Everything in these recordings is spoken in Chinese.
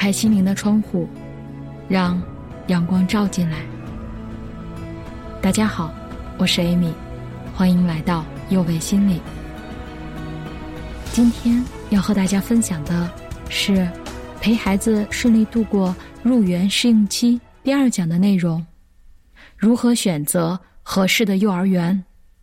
开心灵的窗户，让阳光照进来。大家好，我是 Amy， 欢迎来到幼为心理。今天要和大家分享的是陪孩子顺利度过入园适应期第2讲的内容，如何选择合适的幼儿园。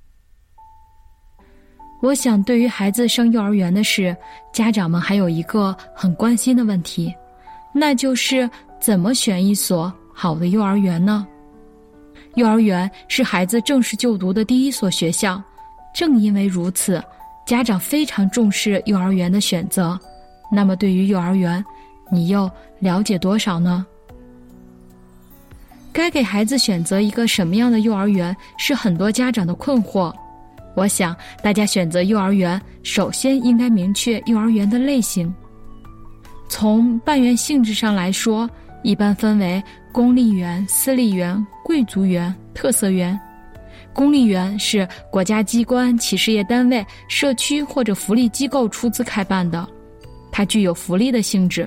我想对于孩子上幼儿园的事，家长们还有一个很关心的问题，那就是怎么选一所好的幼儿园呢？幼儿园是孩子正式就读的第一所学校，正因为如此，家长非常重视幼儿园的选择。那么对于幼儿园，你又了解多少呢？该给孩子选择一个什么样的幼儿园，是很多家长的困惑。我想大家选择幼儿园，首先应该明确幼儿园的类型。从办园性质上来说，一般分为公立园、私立园、贵族园、特色园。公立园是国家机关、企事业单位、社区或者福利机构出资开办的，它具有福利的性质。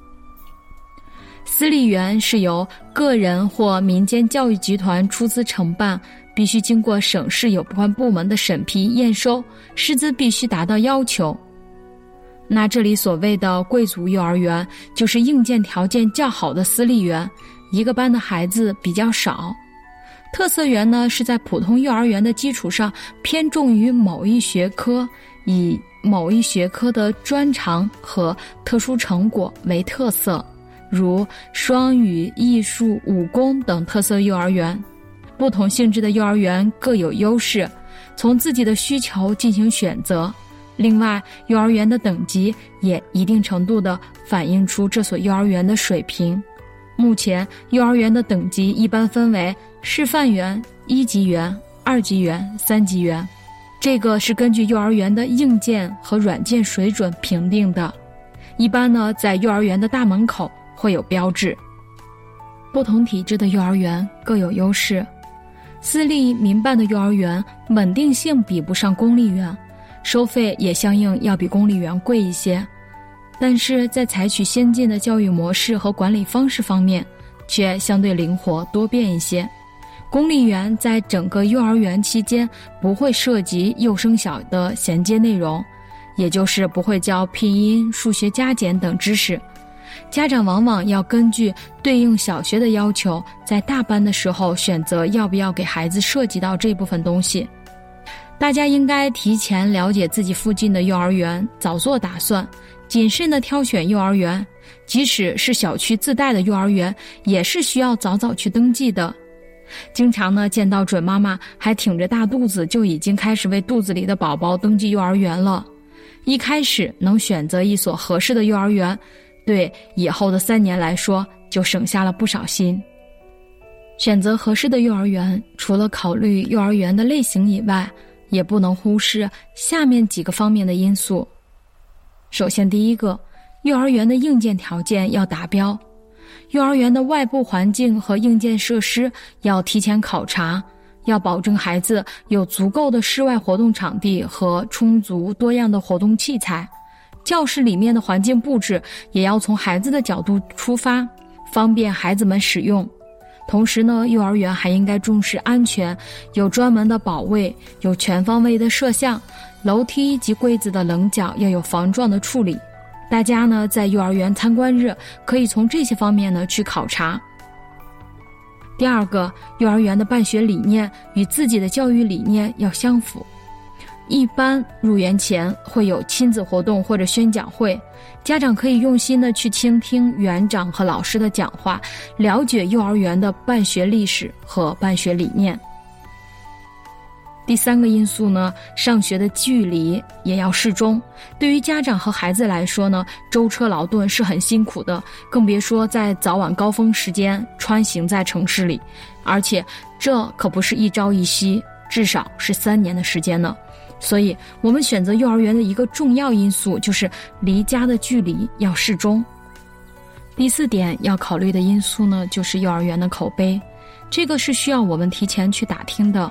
私立园是由个人或民间教育集团出资承办，必须经过省市有关部门的审批验收，师资必须达到要求。那这里所谓的贵族幼儿园，就是硬件条件较好的私立园，一个班的孩子比较少。特色园呢，是在普通幼儿园的基础上偏重于某一学科，以某一学科的专长和特殊成果为特色，如双语、艺术、武功等特色幼儿园。不同性质的幼儿园各有优势，从自己的需求进行选择。另外，幼儿园的等级也一定程度地反映出这所幼儿园的水平。目前，幼儿园的等级一般分为示范园、1级园、2级园、3级园。这个是根据幼儿园的硬件和软件水准评定的。一般呢，在幼儿园的大门口会有标志。不同体制的幼儿园各有优势。私立民办的幼儿园稳定性比不上公立园，收费也相应要比公立园贵一些，但是在采取先进的教育模式和管理方式方面却相对灵活多变一些。公立园在整个幼儿园期间不会涉及幼升小的衔接内容，也就是不会教拼音、数学加减等知识。家长往往要根据对应小学的要求，在大班的时候选择要不要给孩子涉及到这部分东西。大家应该提前了解自己附近的幼儿园，早做打算，谨慎地挑选幼儿园。即使是小区自带的幼儿园，也是需要早早去登记的。经常呢，见到准妈妈还挺着大肚子就已经开始为肚子里的宝宝登记幼儿园了。一开始能选择一所合适的幼儿园，对以后的3年来说就省下了不少心。选择合适的幼儿园，除了考虑幼儿园的类型以外，也不能忽视下面几个方面的因素。首先，第一个，幼儿园的硬件条件要达标。幼儿园的外部环境和硬件设施要提前考察，要保证孩子有足够的室外活动场地和充足多样的活动器材。教室里面的环境布置也要从孩子的角度出发，方便孩子们使用。同时呢，幼儿园还应该重视安全，有专门的保卫，有全方位的摄像，楼梯及柜子的棱角要有防撞的处理。大家呢，在幼儿园参观日可以从这些方面呢去考察。第二个，幼儿园的办学理念与自己的教育理念要相符。一般入园前会有亲子活动或者宣讲会，家长可以用心的去倾听园长和老师的讲话，了解幼儿园的办学历史和办学理念。第3个因素呢，上学的距离也要适中。对于家长和孩子来说呢，舟车劳顿是很辛苦的，更别说在早晚高峰时间穿行在城市里，而且这可不是一朝一夕，至少是3年的时间呢。所以我们选择幼儿园的一个重要因素就是离家的距离要适中。第4点要考虑的因素呢，就是幼儿园的口碑。这个是需要我们提前去打听的。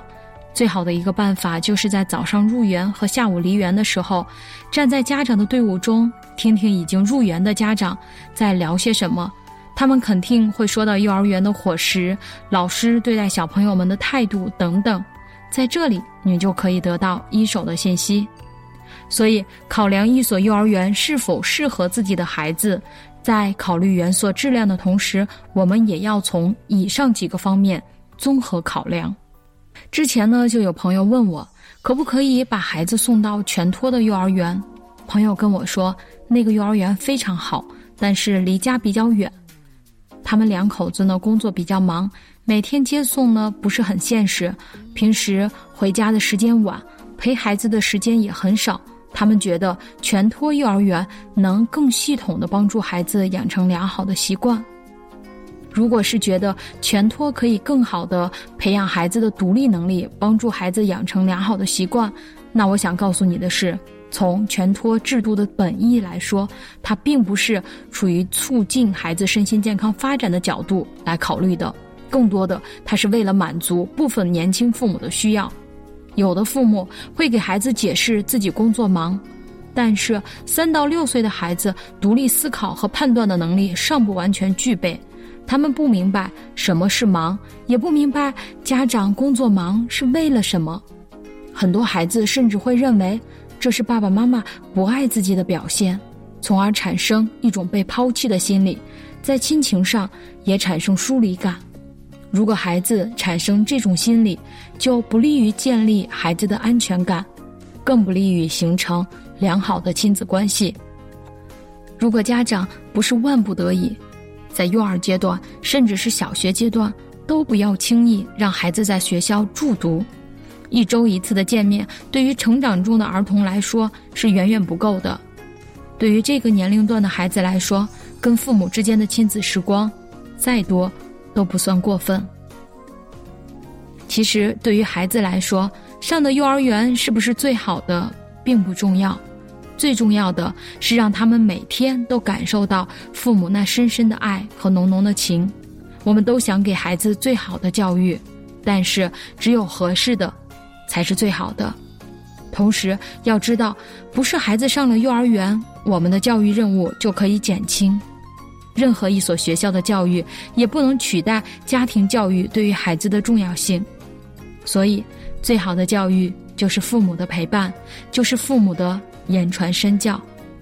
最好的一个办法就是在早上入园和下午离园的时候，站在家长的队伍中，听听已经入园的家长在聊些什么。他们肯定会说到幼儿园的伙食、老师对待小朋友们的态度等等，在这里你就可以得到一手的信息。所以考量一所幼儿园是否适合自己的孩子，在考虑园所质量的同时，我们也要从以上几个方面综合考量。之前呢，就有朋友问我，可不可以把孩子送到全托的幼儿园？朋友跟我说，那个幼儿园非常好，但是离家比较远。他们两口子呢，工作比较忙，每天接送呢不是很现实，平时回家的时间晚，陪孩子的时间也很少。他们觉得全托幼儿园能更系统地帮助孩子养成良好的习惯。如果是觉得全托可以更好地培养孩子的独立能力，帮助孩子养成良好的习惯，那我想告诉你的是，从全托制度的本意来说，它并不是处于促进孩子身心健康发展的角度来考虑的，更多的它是为了满足部分年轻父母的需要。有的父母会给孩子解释自己工作忙，但是3到6岁的孩子独立思考和判断的能力尚不完全具备，他们不明白什么是忙，也不明白家长工作忙是为了什么。很多孩子甚至会认为这是爸爸妈妈不爱自己的表现，从而产生一种被抛弃的心理，在亲情上也产生疏离感。如果孩子产生这种心理，就不利于建立孩子的安全感，更不利于形成良好的亲子关系。如果家长不是万不得已，在幼儿阶段甚至是小学阶段，都不要轻易让孩子在学校住读。1周1次的见面，对于成长中的儿童来说是远远不够的。对于这个年龄段的孩子来说，跟父母之间的亲子时光，再多都不算过分。其实对于孩子来说，上的幼儿园是不是最好的并不重要，最重要的是让他们每天都感受到父母那深深的爱和浓浓的情。我们都想给孩子最好的教育，但是只有合适的才是最好的。同时要知道，不是孩子上了幼儿园，我们的教育任务就可以减轻。任何一所学校的教育也不能取代家庭教育对于孩子的重要性。所以最好的教育就是父母的陪伴，就是父母的言传身教。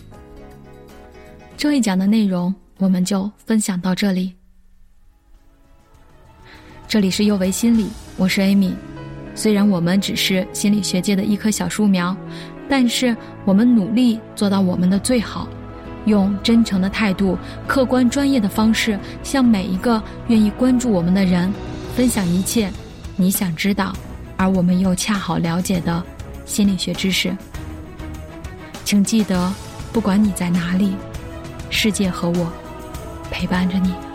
这一讲的内容我们就分享到这里。这里是幼为心理，我是 Amy。 虽然我们只是心理学界的一棵小树苗，但是我们努力做到我们的最好，用真诚的态度、客观专业的方式，向每一个愿意关注我们的人分享一切你想知道而我们又恰好了解的心理学知识。请记得，不管你在哪里，世界和我陪伴着你。